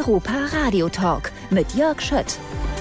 Europa Radio Talk mit Jörg Schött.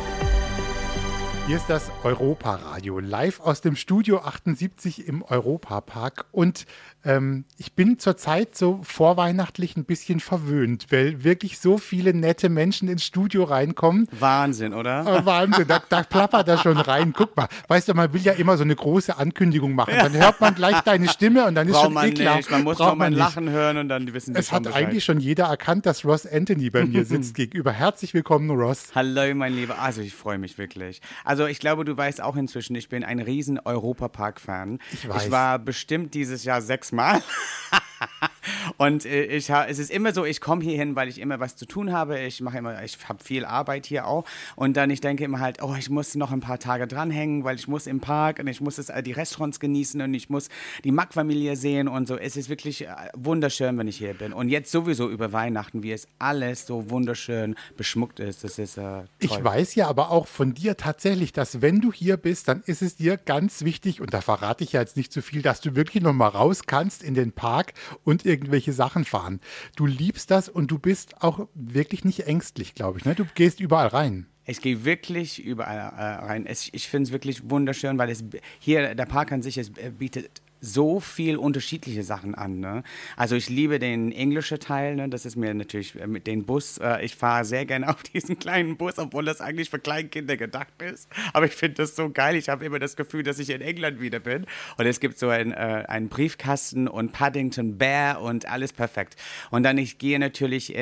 Hier ist das Europa-Radio, live aus dem Studio 78 im Europapark. Und ich bin zurzeit so vorweihnachtlich ein bisschen verwöhnt, weil wirklich so viele nette Menschen ins Studio reinkommen. Wahnsinn, oder? Wahnsinn, da plappert er schon rein. Guck mal, weißt du, man will ja immer so eine große Ankündigung machen. Dann hört man gleich deine Stimme und dann ist schon klar. Nicht. Man muss doch mal Lachen hören und dann wissen die Es hat eigentlich schon jeder erkannt, dass Ross Anthony bei mir sitzt gegenüber. Herzlich willkommen, Ross. Hallo, mein Lieber. Also ich freue mich wirklich. Also ich glaube, du weißt auch inzwischen, ich bin ein riesen Europapark-Fan. Ich weiß. Ich war bestimmt dieses Jahr 6 Mal. Und es ist immer so, ich komme hier hin, weil ich immer was zu tun habe. Ich habe viel Arbeit hier auch. Und dann, ich denke immer halt, oh, ich muss noch ein paar Tage dranhängen, weil ich muss im Park und ich muss die Restaurants genießen und ich muss die Mack-Familie sehen und so. Es ist wirklich wunderschön, wenn ich hier bin. Und jetzt sowieso über Weihnachten, wie es alles so wunderschön beschmuckt ist. Das ist toll. Ich weiß ja aber auch von dir tatsächlich, dass wenn du hier bist, dann ist es dir ganz wichtig, und da verrate ich ja jetzt nicht zu viel, dass du wirklich noch mal raus kannst in den Park und irgendwelche Sachen fahren. Du liebst das und du bist auch wirklich nicht ängstlich, glaube ich. Ne? Du gehst überall rein. Ich gehe wirklich überall rein. Ich finde es wirklich wunderschön, weil hier der Park an sich bietet so viel unterschiedliche Sachen an. Ne? Also ich liebe den englischen Teil, ne? Das ist mir natürlich mit dem Bus. Ich fahre sehr gerne auf diesen kleinen Bus, obwohl das eigentlich für Kleinkinder gedacht ist. Aber ich finde das so geil. Ich habe immer das Gefühl, dass ich in England wieder bin. Und es gibt so einen Briefkasten und Paddington Bear und alles perfekt. Und dann ich gehe natürlich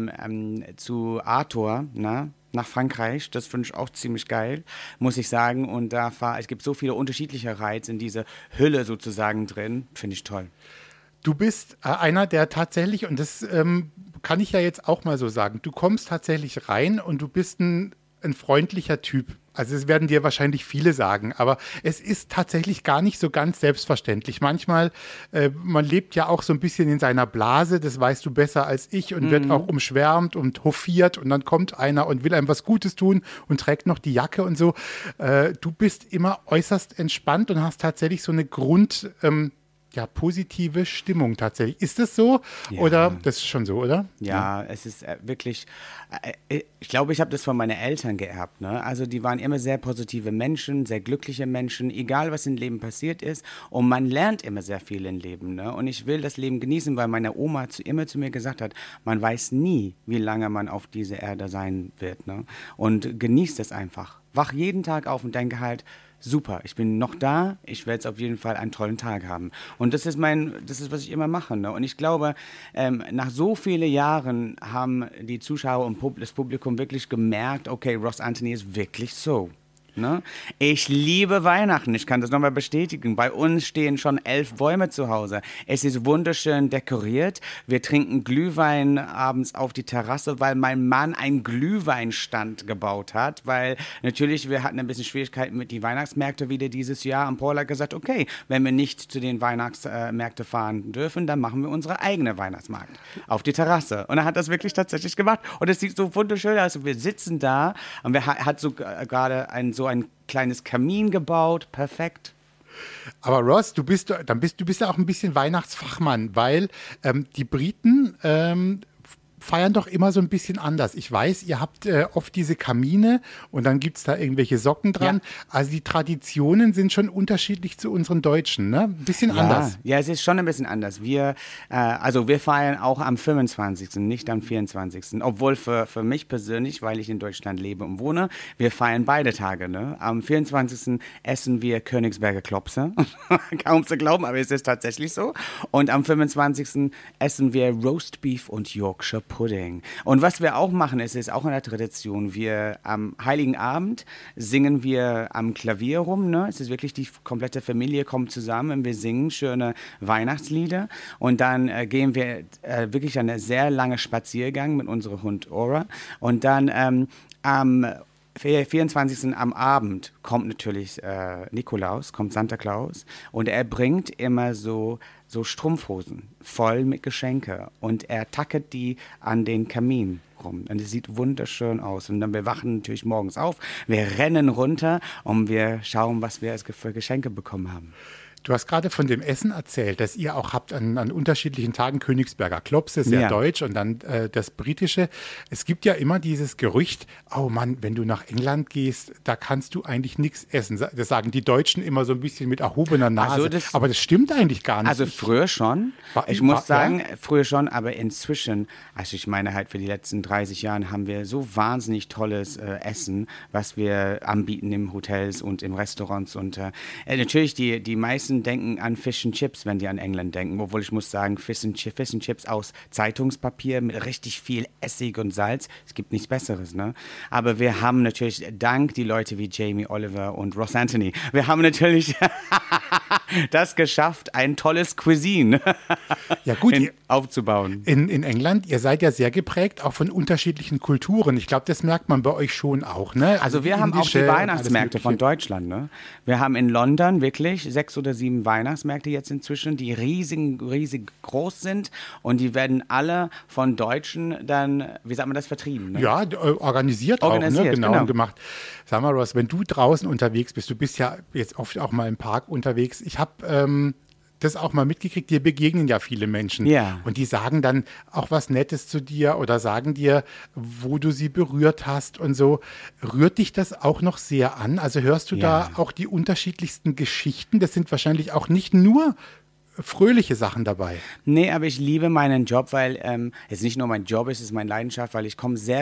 zu Arthur, ne? Nach Frankreich, das finde ich auch ziemlich geil, muss ich sagen. Und es gibt so viele unterschiedliche Rides in dieser Hülle sozusagen drin, finde ich toll. Du bist einer, der tatsächlich, und das kann ich ja jetzt auch mal so sagen, du kommst tatsächlich rein und du bist ein freundlicher Typ. Also es werden dir wahrscheinlich viele sagen, aber es ist tatsächlich gar nicht so ganz selbstverständlich. Manchmal, man lebt ja auch so ein bisschen in seiner Blase, das weißt du besser als ich, und wird auch umschwärmt und hofiert und dann kommt einer und will einem was Gutes tun und trägt noch die Jacke und so. Du bist immer äußerst entspannt und hast tatsächlich so eine positive Stimmung tatsächlich. Ist das so? Ja. Oder das ist schon so, oder? Ja, es ist wirklich, ich glaube, ich habe das von meinen Eltern geerbt. Ne? Also die waren immer sehr positive Menschen, sehr glückliche Menschen, egal was im Leben passiert ist. Und man lernt immer sehr viel im Leben. Ne? Und ich will das Leben genießen, weil meine Oma immer zu mir gesagt hat, man weiß nie, wie lange man auf dieser Erde sein wird. Ne? Und genießt es einfach. Wach jeden Tag auf und denke halt, super, ich bin noch da, ich werde jetzt auf jeden Fall einen tollen Tag haben. Und das ist, was ich immer mache. Ne? Und ich glaube, nach so vielen Jahren haben die Zuschauer und das Publikum wirklich gemerkt, okay, Ross Anthony ist wirklich so. Ne? Ich liebe Weihnachten, ich kann das nochmal bestätigen. Bei uns stehen schon 11 Bäume zu Hause. Es ist wunderschön dekoriert. Wir trinken Glühwein abends auf die Terrasse, weil mein Mann einen Glühweinstand gebaut hat. Weil natürlich, wir hatten ein bisschen Schwierigkeiten mit den Weihnachtsmärkten wieder dieses Jahr. Und Paul hat gesagt, okay, wenn wir nicht zu den Weihnachtsmärkten fahren dürfen, dann machen wir unsere eigene Weihnachtsmarkt auf die Terrasse. Und er hat das wirklich tatsächlich gemacht. Und es sieht so wunderschön aus. Also wir sitzen da und hat so gerade ein kleines Kamin gebaut, perfekt. Aber Ross, du bist ja auch ein bisschen Weihnachtsfachmann, weil die Briten feiern doch immer so ein bisschen anders. Ich weiß, ihr habt oft diese Kamine und dann gibt es da irgendwelche Socken dran. Ja. Also die Traditionen sind schon unterschiedlich zu unseren Deutschen, ne? Ein bisschen anders. Ja, es ist schon ein bisschen anders. Wir feiern auch am 25., nicht am 24. Obwohl für mich persönlich, weil ich in Deutschland lebe und wohne, wir feiern beide Tage. Ne? Am 24. essen wir Königsberger Klopse. Kaum zu glauben, aber es ist tatsächlich so. Und am 25. essen wir Roast Beef und Yorkshire Pudding. Und was wir auch machen, ist auch eine Tradition. Wir am Heiligen Abend singen wir am Klavier rum. Ne? Es ist wirklich, die komplette Familie kommt zusammen und wir singen schöne Weihnachtslieder. Und dann gehen wir wirklich einen sehr langen Spaziergang mit unserem Hund Aura. Und dann am 24. am Abend kommt natürlich kommt Santa Claus und er bringt immer so Strumpfhosen voll mit Geschenke und er tackert die an den Kamin rum und es sieht wunderschön aus und dann wir wachen natürlich morgens auf, wir rennen runter und wir schauen, was wir für Geschenke bekommen haben. Du hast gerade von dem Essen erzählt, das ihr auch habt an unterschiedlichen Tagen. Königsberger Klopse, sehr deutsch, und dann das Britische. Es gibt ja immer dieses Gerücht, oh Mann, wenn du nach England gehst, da kannst du eigentlich nichts essen. Das sagen die Deutschen immer so ein bisschen mit erhobener Nase. Aber das stimmt eigentlich gar nicht. Also früher schon. Ich muss sagen, früher schon, aber inzwischen, also ich meine halt für die letzten 30 Jahre haben wir so wahnsinnig tolles Essen, was wir anbieten im Hotels und im Restaurants. Und natürlich, die meisten denken an Fish and Chips, wenn die an England denken. Obwohl ich muss sagen, Fish and Chips aus Zeitungspapier mit richtig viel Essig und Salz. Es gibt nichts Besseres, ne? Aber wir haben natürlich, dank die Leute wie Jamie Oliver und Ross Anthony, wir haben natürlich das geschafft, ein tolles Cuisine aufzubauen. In England, ihr seid ja sehr geprägt, auch von unterschiedlichen Kulturen. Ich glaube, das merkt man bei euch schon auch, ne? Also wir haben auch die Weihnachtsmärkte von Deutschland, ne? Wir haben in London wirklich 6 oder 7 Weihnachtsmärkte jetzt inzwischen, die riesig groß sind, und die werden alle von Deutschen dann, wie sagt man das, vertrieben, ne? Ja, organisiert auch, ne? Genau gemacht. Sag mal, Ross, wenn du draußen unterwegs bist, du bist ja jetzt oft auch mal im Park unterwegs. Ich habe das auch mal mitgekriegt, dir begegnen ja viele Menschen. Ja. Und die sagen dann auch was Nettes zu dir oder sagen dir, wo du sie berührt hast und so. Rührt dich das auch noch sehr an? Also hörst du da auch die unterschiedlichsten Geschichten? Das sind wahrscheinlich auch nicht nur fröhliche Sachen dabei. Nee, aber ich liebe meinen Job, weil es nicht nur mein Job ist, es ist meine Leidenschaft, weil ich komme sehr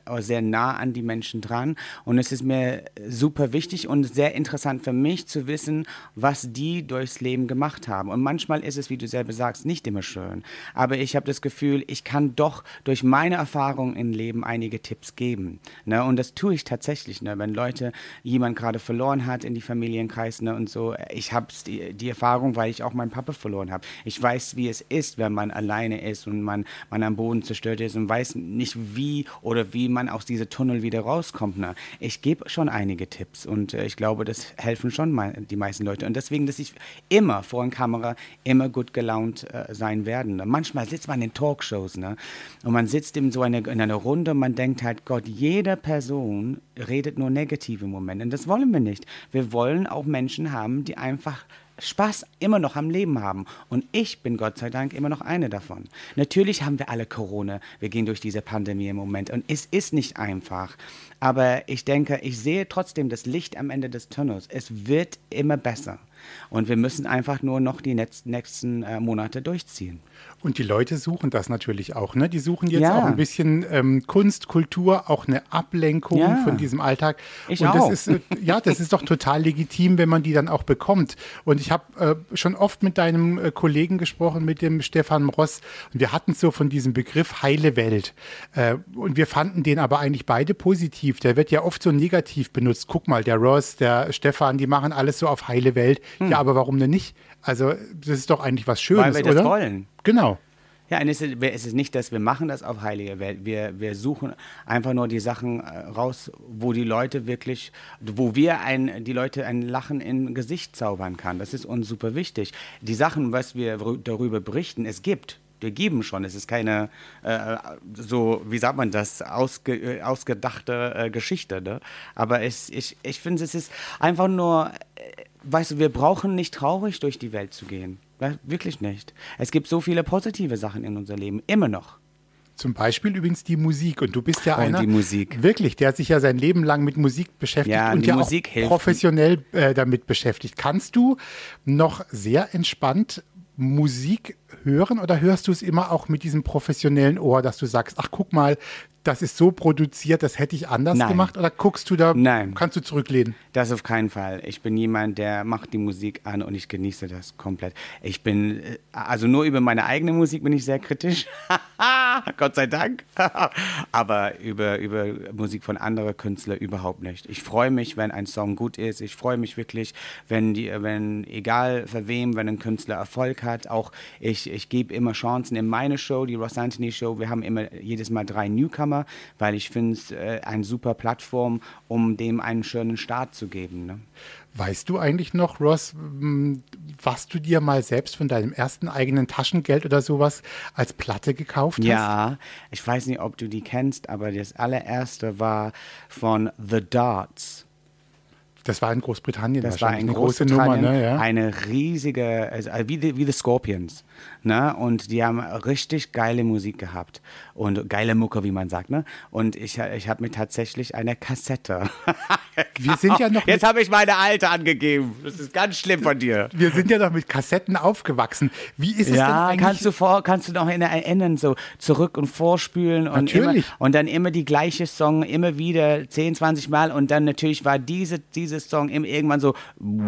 nah an die Menschen dran, und es ist mir super wichtig und sehr interessant für mich zu wissen, was die durchs Leben gemacht haben. Und manchmal ist es, wie du selber sagst, nicht immer schön. Aber ich habe das Gefühl, ich kann doch durch meine Erfahrung im Leben einige Tipps geben. Ne? Und das tue ich tatsächlich, ne? Wenn jemand gerade verloren hat in die Familienkreis, ne? Und so. Ich habe die Erfahrung, weil ich auch meinen Papa verloren habe. Ich weiß, wie es ist, wenn man alleine ist und man am Boden zerstört ist und weiß nicht, wie man aus diesem Tunnel wieder rauskommt. Ne? Ich gebe schon einige Tipps, und ich glaube, das helfen schon die meisten Leute. Und deswegen, dass ich immer vor der Kamera immer gut gelaunt sein werde. Ne? Manchmal sitzt man in Talkshows, ne? Und man sitzt in einer Runde und man denkt halt, Gott, jede Person redet nur negative Momente. Und das wollen wir nicht. Wir wollen auch Menschen haben, die einfach Spaß immer noch am Leben haben. Und ich bin Gott sei Dank immer noch eine davon. Natürlich haben wir alle Corona. Wir gehen durch diese Pandemie im Moment. Und es ist nicht einfach. Aber ich denke, ich sehe trotzdem das Licht am Ende des Tunnels. Es wird immer besser. Und wir müssen einfach nur noch die nächsten Monate durchziehen. Und die Leute suchen das natürlich auch, ne? Die suchen jetzt auch ein bisschen Kunst, Kultur, auch eine Ablenkung von diesem Alltag. Ich und auch. Das ist doch total legitim, wenn man die dann auch bekommt. Und ich habe schon oft mit deinem Kollegen gesprochen, mit dem Stefan Ross, und wir hatten so von diesem Begriff heile Welt. Und wir fanden den aber eigentlich beide positiv. Der wird ja oft so negativ benutzt. Guck mal, der Ross, der Stefan, die machen alles so auf heile Welt. Ja, aber warum denn nicht? Also das ist doch eigentlich was Schönes, oder? Weil wir das wollen. Genau. Ja, und es ist nicht, dass wir machen das auf heilige Welt. Wir suchen einfach nur die Sachen raus, wo die Leute wirklich, wo die Leute ein Lachen im Gesicht zaubern kann. Das ist uns super wichtig. Die Sachen, was wir darüber berichten, wir geben schon. Es ist keine, so, wie sagt man das, ausgedachte Geschichte. Ne? Aber ich finde, es ist einfach nur, weißt du, wir brauchen nicht traurig durch die Welt zu gehen. Wirklich nicht. Es gibt so viele positive Sachen in unser Leben, immer noch. Zum Beispiel übrigens die Musik. Und du bist ja einer, die Musik. Wirklich, der hat sich ja sein Leben lang mit Musik beschäftigt und ja auch professionell damit beschäftigt. Kannst du noch sehr entspannt Musik hören, oder hörst du es immer auch mit diesem professionellen Ohr, dass du sagst, ach guck mal, das ist so produziert, das hätte ich anders gemacht, oder guckst du da, kannst du zurücklehnen? Das auf keinen Fall. Ich bin jemand, der macht die Musik an und ich genieße das komplett. Ich bin, also nur über meine eigene Musik bin ich sehr kritisch, Gott sei Dank, aber über Musik von anderen Künstlern überhaupt nicht. Ich freue mich, wenn ein Song gut ist, ich freue mich wirklich, wenn egal für wem, wenn ein Künstler Erfolg hat, auch ich gebe immer Chancen in meine Show, die Ross Anthony Show, wir haben immer jedes Mal 3 Newcomer, weil ich finde es eine super Plattform, um dem einen schönen Start zu geben. Ne? Weißt du eigentlich noch, Ross, was du dir mal selbst von deinem ersten eigenen Taschengeld oder sowas als Platte gekauft hast? Ja, ich weiß nicht, ob du die kennst, aber das allererste war von The Darts. Das war in Großbritannien Das war wahrscheinlich in eine große Nummer, ne? Ja. eine riesige, also wie die Scorpions, ne? Und die haben richtig geile Musik gehabt und geile Mucke, wie man sagt, ne? Und ich habe mir tatsächlich eine Kassette. Wir sind ja noch Jetzt habe ich meine alte angegeben. Das ist ganz schlimm von dir. Wir sind ja noch mit Kassetten aufgewachsen. Wie ist es denn eigentlich? Kannst du noch erinnern, so zurück und vorspülen und Natürlich. Und dann immer die gleiche Song, immer wieder 10, 20 Mal und dann natürlich war dieses Song irgendwann so,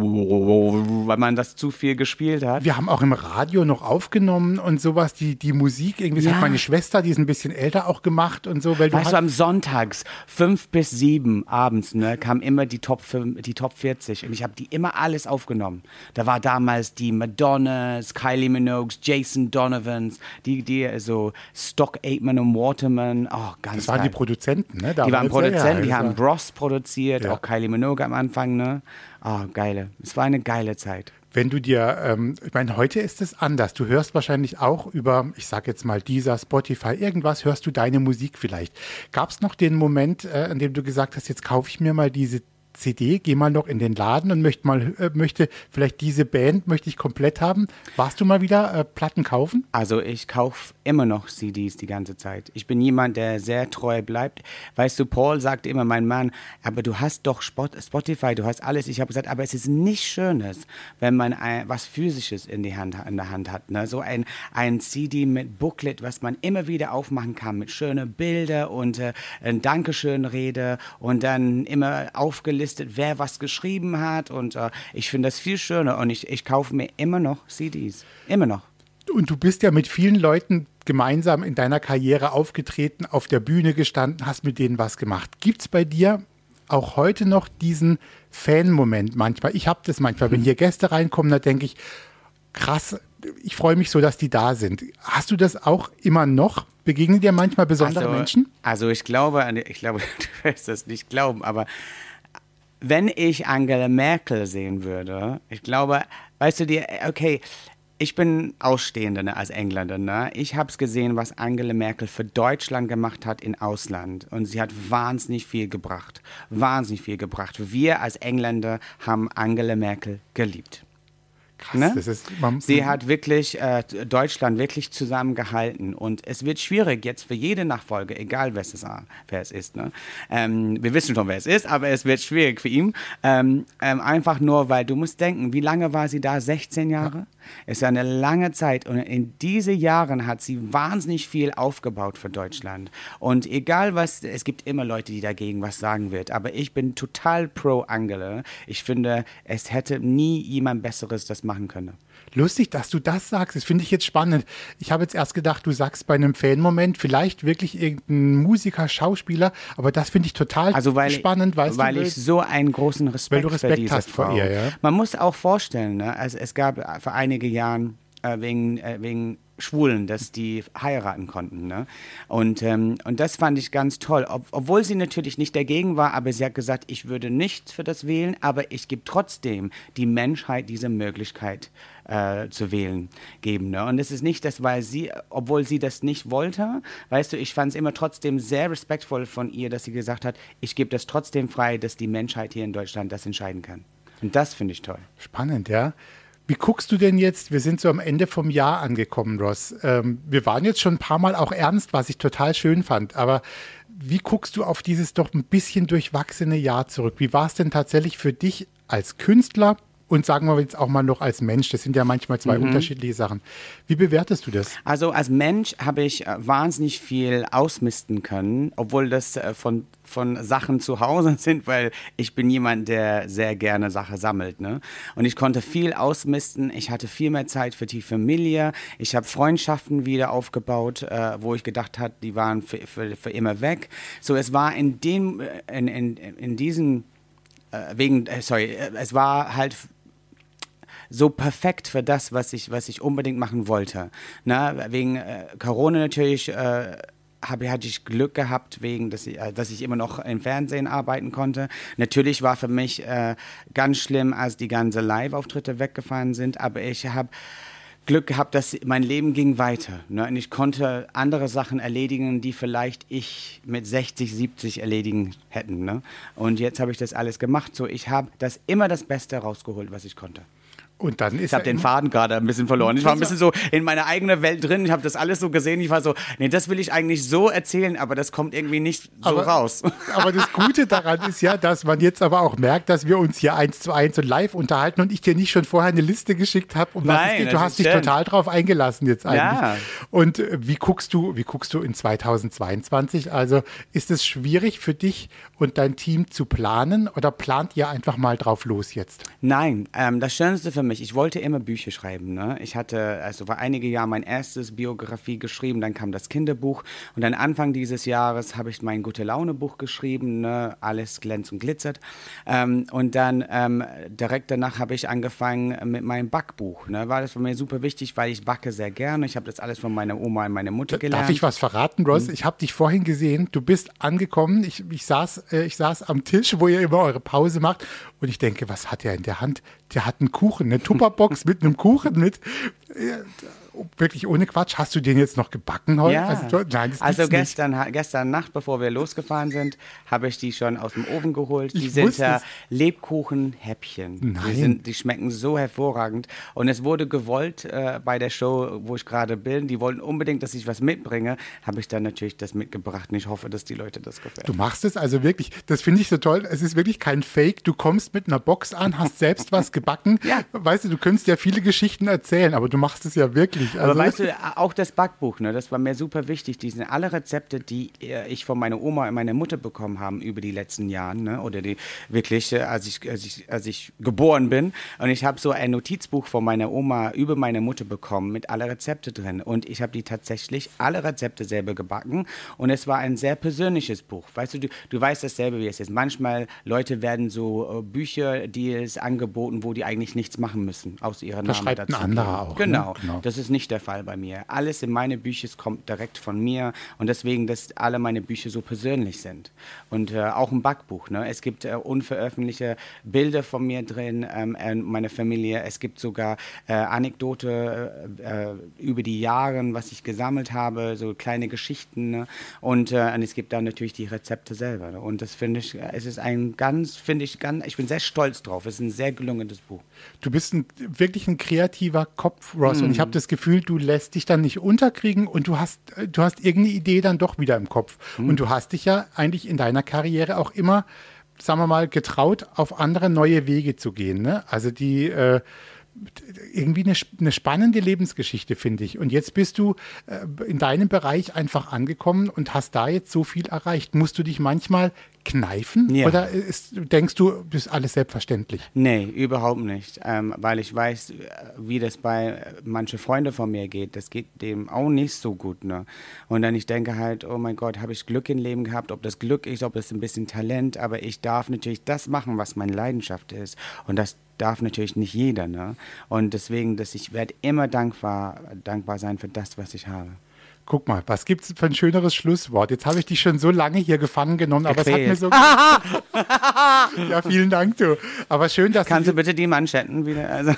weil man das zu viel gespielt hat. Wir haben auch im Radio noch aufgenommen und sowas, die Musik, irgendwie das hat meine Schwester, die ist ein bisschen älter, auch gemacht und so. Weil Weißt du, am Sonntags 5 bis 7 abends, ne, kam immer die Top 40 und ich habe die immer alles aufgenommen. Da war damals die Madonnas, Kylie Minogues, Jason Donovans, die so Stock Aitken und Waterman, oh, ganz das waren geil. die Produzenten, ne? Die waren Produzenten, die haben ja. Bros produziert, Ja. auch Kylie Minogue am Anfang, ne? Oh, geile. Es war eine geile Zeit. Wenn du dir, ich meine, heute ist es anders. Du hörst wahrscheinlich auch über, ich sag jetzt mal, Deezer, Spotify, irgendwas, hörst du deine Musik vielleicht. Gab es noch den Moment, an dem du gesagt hast, jetzt kaufe ich mir mal diese CD, gehe mal noch in den Laden und möchte vielleicht diese Band möchte ich komplett haben. Warst du mal wieder Platten kaufen? Also ich kaufe immer noch CDs die ganze Zeit. Ich bin jemand, der sehr treu bleibt. Weißt du, Paul sagt immer, mein Mann, aber du hast doch Spotify, du hast alles. Ich habe gesagt, aber es ist nichts Schönes, wenn man was Physisches in der Hand hat. Ne? So ein CD mit Booklet, was man immer wieder aufmachen kann, mit schönen Bildern und ein Dankeschön-Rede und dann immer aufgelistet, wer was geschrieben hat. Und ich finde das viel schöner und ich kaufe mir immer noch CDs. Immer noch. Und du bist ja mit vielen Leuten gemeinsam in deiner Karriere aufgetreten, auf der Bühne gestanden, hast mit denen was gemacht. Gibt es bei dir auch heute noch diesen Fan-Moment manchmal? Ich habe das manchmal, wenn hier Gäste reinkommen, da denke ich, krass, ich freue mich so, dass die da sind. Hast du das auch immer noch? Begegnen dir manchmal besondere Menschen? Also ich glaube, du wirst das nicht glauben, aber wenn ich Angela Merkel sehen würde, ich glaube, weißt du, okay, ich bin Ausstehender, ne, als Engländer. Ne? Ich habe es gesehen, was Angela Merkel für Deutschland gemacht hat im Ausland. Und sie hat wahnsinnig viel gebracht. Wahnsinnig viel gebracht. Wir als Engländer haben Angela Merkel geliebt. Krass, Ne? das ist, Sie hat wirklich Deutschland wirklich zusammengehalten und es wird schwierig jetzt für jede Nachfolge, egal wer es ist. Ne? Wir wissen schon, wer es ist, aber es wird schwierig für ihn. Einfach nur, weil du musst denken, wie lange war sie da? 16 Jahre? Ja. Es ist eine lange Zeit und in diesen Jahren hat sie wahnsinnig viel aufgebaut für Deutschland. Und egal was, es gibt immer Leute, die dagegen was sagen wird, aber ich bin total pro Angela. Ich finde, es hätte nie jemand Besseres das machen können. Lustig, dass du das sagst. Das finde ich jetzt spannend. Ich habe jetzt erst gedacht, du sagst bei einem Fan-Moment vielleicht wirklich irgendein Musiker, Schauspieler, aber das finde ich total spannend, weil ich so einen großen Respekt für diese hast Frau. Vor ihr, ja? Man muss auch vorstellen, ne? Also es gab vor einigen Jahren wegen Schwulen, dass die heiraten konnten. Ne? Und das fand ich ganz toll. Obwohl sie natürlich nicht dagegen war, aber sie hat gesagt, ich würde nicht für das wählen, aber ich gebe trotzdem die Menschheit diese Möglichkeit zu wählen geben. Ne? Und es ist nicht das, obwohl sie das nicht wollte, weißt du, ich fand es immer trotzdem sehr respektvoll von ihr, dass sie gesagt hat, ich gebe das trotzdem frei, dass die Menschheit hier in Deutschland das entscheiden kann. Und das finde ich toll. Spannend, ja. Wie guckst du denn jetzt, wir sind so am Ende vom Jahr angekommen, Ross. Wir waren jetzt schon ein paar Mal auch ernst, was ich total schön fand, aber wie guckst du auf dieses doch ein bisschen durchwachsene Jahr zurück? Wie war es denn tatsächlich für dich als Künstler und sagen wir jetzt auch mal noch als Mensch? Das sind ja manchmal zwei unterschiedliche Sachen. Wie bewertest du das? Also als Mensch habe ich wahnsinnig viel ausmisten können, obwohl das von Sachen zu Hause sind, weil ich bin jemand, der sehr gerne Sachen sammelt. Ne? Und ich konnte viel ausmisten. Ich hatte viel mehr Zeit für die Familie. Ich habe Freundschaften wieder aufgebaut, wo ich gedacht habe, die waren für immer weg. So, es war es war halt so perfekt für das, was ich unbedingt machen wollte. Na, wegen Corona natürlich hatte ich Glück gehabt, dass ich immer noch im Fernsehen arbeiten konnte. Natürlich war für mich ganz schlimm, als die ganzen Live-Auftritte weggefallen sind, aber ich habe Glück gehabt, dass mein Leben ging weiter. Ne? Und ich konnte andere Sachen erledigen, die vielleicht ich mit 60, 70 erledigen hätten. Ne? Und jetzt habe ich das alles gemacht. So, ich habe immer das Beste rausgeholt, was ich konnte. Und dann ist Ich habe den Faden gerade ein bisschen verloren. Ich war ein bisschen so in meiner eigenen Welt drin. Ich habe das alles so gesehen. Ich war so, nee, das will ich eigentlich so erzählen, aber das kommt irgendwie nicht so raus. Aber das Gute daran ist ja, dass man jetzt aber auch merkt, dass wir uns hier 1:1 und live unterhalten und ich dir nicht schon vorher eine Liste geschickt habe. Du hast dich total drauf eingelassen jetzt eigentlich. Ja. Und wie guckst du in 2022? Also ist es schwierig für dich und dein Team zu planen oder plant ihr einfach mal drauf los jetzt? Nein, das Schönste für mich, ich wollte immer Bücher schreiben. Ne? Ich hatte vor einige Jahre mein erstes Biografie geschrieben, dann kam das Kinderbuch und dann Anfang dieses Jahres habe ich mein Gute-Laune-Buch geschrieben, ne? Alles glänzt und glitzert. Und dann direkt danach habe ich angefangen mit meinem Backbuch. Ne? War das für mich super wichtig, weil ich backe sehr gerne. Ich habe das alles von meiner Oma und meiner Mutter gelernt. Darf ich was verraten, Ross? Ich habe dich vorhin gesehen, du bist angekommen, ich saß am Tisch, wo ihr immer eure Pause macht und ich denke, was hat er in der Hand? Der hat einen Kuchen, eine Tupperbox mit einem Kuchen mit. Wirklich ohne Quatsch. Hast du den jetzt noch gebacken heute? Ja. Also gestern Nacht, bevor wir losgefahren sind, habe ich die schon aus dem Ofen geholt. Die sind Lebkuchenhäppchen. Die schmecken so hervorragend. Und es wurde gewollt bei der Show, wo ich gerade bin. Die wollten unbedingt, dass ich was mitbringe. Habe ich dann natürlich das mitgebracht. Und ich hoffe, dass die Leute das gefällt. Du machst es also wirklich, das finde ich so toll. Es ist wirklich kein Fake. Du kommst mit einer Box an, hast selbst was gebacken. Ja. Weißt du könntest ja viele Geschichten erzählen, aber du machst es ja wirklich. Aber weißt du, auch das Backbuch, ne, das war mir super wichtig. Die sind alle Rezepte, die ich von meiner Oma und meiner Mutter bekommen habe über die letzten Jahre, ne, oder die wirklich, als ich geboren bin. Und ich habe so ein Notizbuch von meiner Oma über meine Mutter bekommen mit alle Rezepte drin. Und ich habe die tatsächlich alle Rezepte selber gebacken. Und es war ein sehr persönliches Buch. Weißt du, du weißt dasselbe, wie es ist. Manchmal Leute werden so Bücher, die es angeboten, wo die eigentlich nichts machen müssen, aus ihrer Namen schreibt dazu. Ein anderer auch. Genau. Ne? Genau. Das ist nicht der Fall bei mir. Alles in meine Bücher kommt direkt von mir und deswegen, dass alle meine Bücher so persönlich sind. Und auch ein Backbuch. Ne? Es gibt unveröffentlichte Bilder von mir drin, meine Familie. Es gibt sogar Anekdote über die Jahre, was ich gesammelt habe, so kleine Geschichten. Ne? Und es gibt dann natürlich die Rezepte selber. Ne? Und das finde ich, es ist ich bin sehr stolz drauf. Es ist ein sehr gelungenes Buch. Du bist wirklich ein kreativer Kopf, Ross. Und ich habe das Gefühl, du lässt dich dann nicht unterkriegen und du hast irgendeine Idee dann doch wieder im Kopf. Und du hast dich ja eigentlich in deiner Karriere auch immer, sagen wir mal, getraut, auf andere neue Wege zu gehen. Ne? Also irgendwie eine spannende Lebensgeschichte, finde ich. Und jetzt bist du in deinem Bereich einfach angekommen und hast da jetzt so viel erreicht. Musst du dich manchmal kneifen? Ja. Oder denkst du, das ist alles selbstverständlich? Nee, überhaupt nicht. Weil ich weiß, wie das bei manchen Freunden von mir geht. Das geht dem auch nicht so gut. Ne? Und dann ich denke halt, oh mein Gott, habe ich Glück im Leben gehabt? Ob das Glück ist, ob das ein bisschen Talent. Aber ich darf natürlich das machen, was meine Leidenschaft ist. Und das darf natürlich nicht jeder. Ne? Und deswegen, ich werde immer dankbar sein für das, was ich habe. Guck mal, was gibt es für ein schöneres Schlusswort? Jetzt habe ich dich schon so lange hier gefangen genommen, aber es hat mir so... Ja, vielen Dank, du. Aber schön, dass Kannst du bitte die Manschetten wieder... Also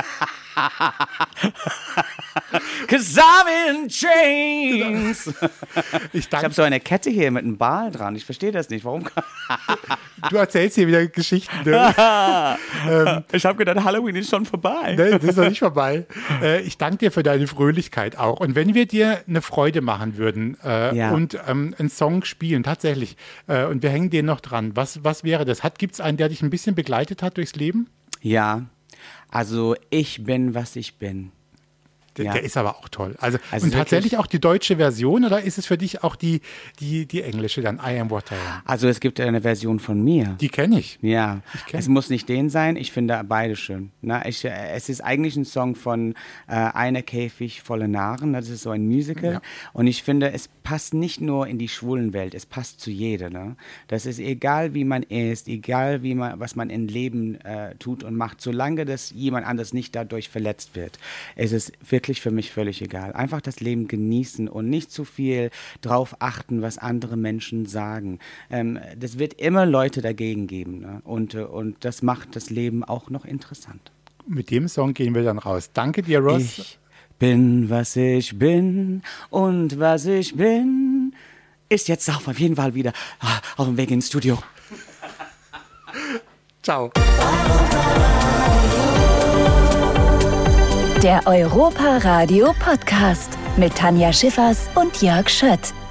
Cause I'm in chains. Ich habe so eine Kette hier mit einem Ball dran. Ich verstehe das nicht. Warum? Du erzählst hier wieder Geschichten. Ne? Ich habe gedacht, Halloween ist schon vorbei. Nee, das ist noch nicht vorbei. Ich danke dir für deine Fröhlichkeit auch. Und wenn wir dir eine Freude machen würden und einen Song spielen, tatsächlich, und wir hängen dir noch dran, was wäre das? Gibt es einen, der dich ein bisschen begleitet hat durchs Leben? Ja, also ich bin, was ich bin. Der ist aber auch toll. Also und tatsächlich auch die deutsche Version oder ist es für dich auch die englische dann, I Am What I Am? Also es gibt eine Version von mir. Die kenne ich. Ja, es muss nicht den sein, ich finde beide schön. Na, es ist eigentlich ein Song von Einer Käfig voller Narren, das ist so ein Musical. Ja. Und ich finde, es passt nicht nur in die schwulen Welt, es passt zu jeder. Ne? Das ist egal, wie man ist, egal, was man im Leben tut und macht, solange das jemand anders nicht dadurch verletzt wird. Es ist wirklich für mich völlig egal. Einfach das Leben genießen und nicht zu viel drauf achten, was andere Menschen sagen. Das wird immer Leute dagegen geben. Ne? Und das macht das Leben auch noch interessant. Mit dem Song gehen wir dann raus. Danke dir, Ross. bin, was ich bin und was ich bin, ist jetzt auf jeden Fall wieder auf dem Weg ins Studio. Ciao. Der Europa Radio Podcast mit Tanja Schiffers und Jörg Schött.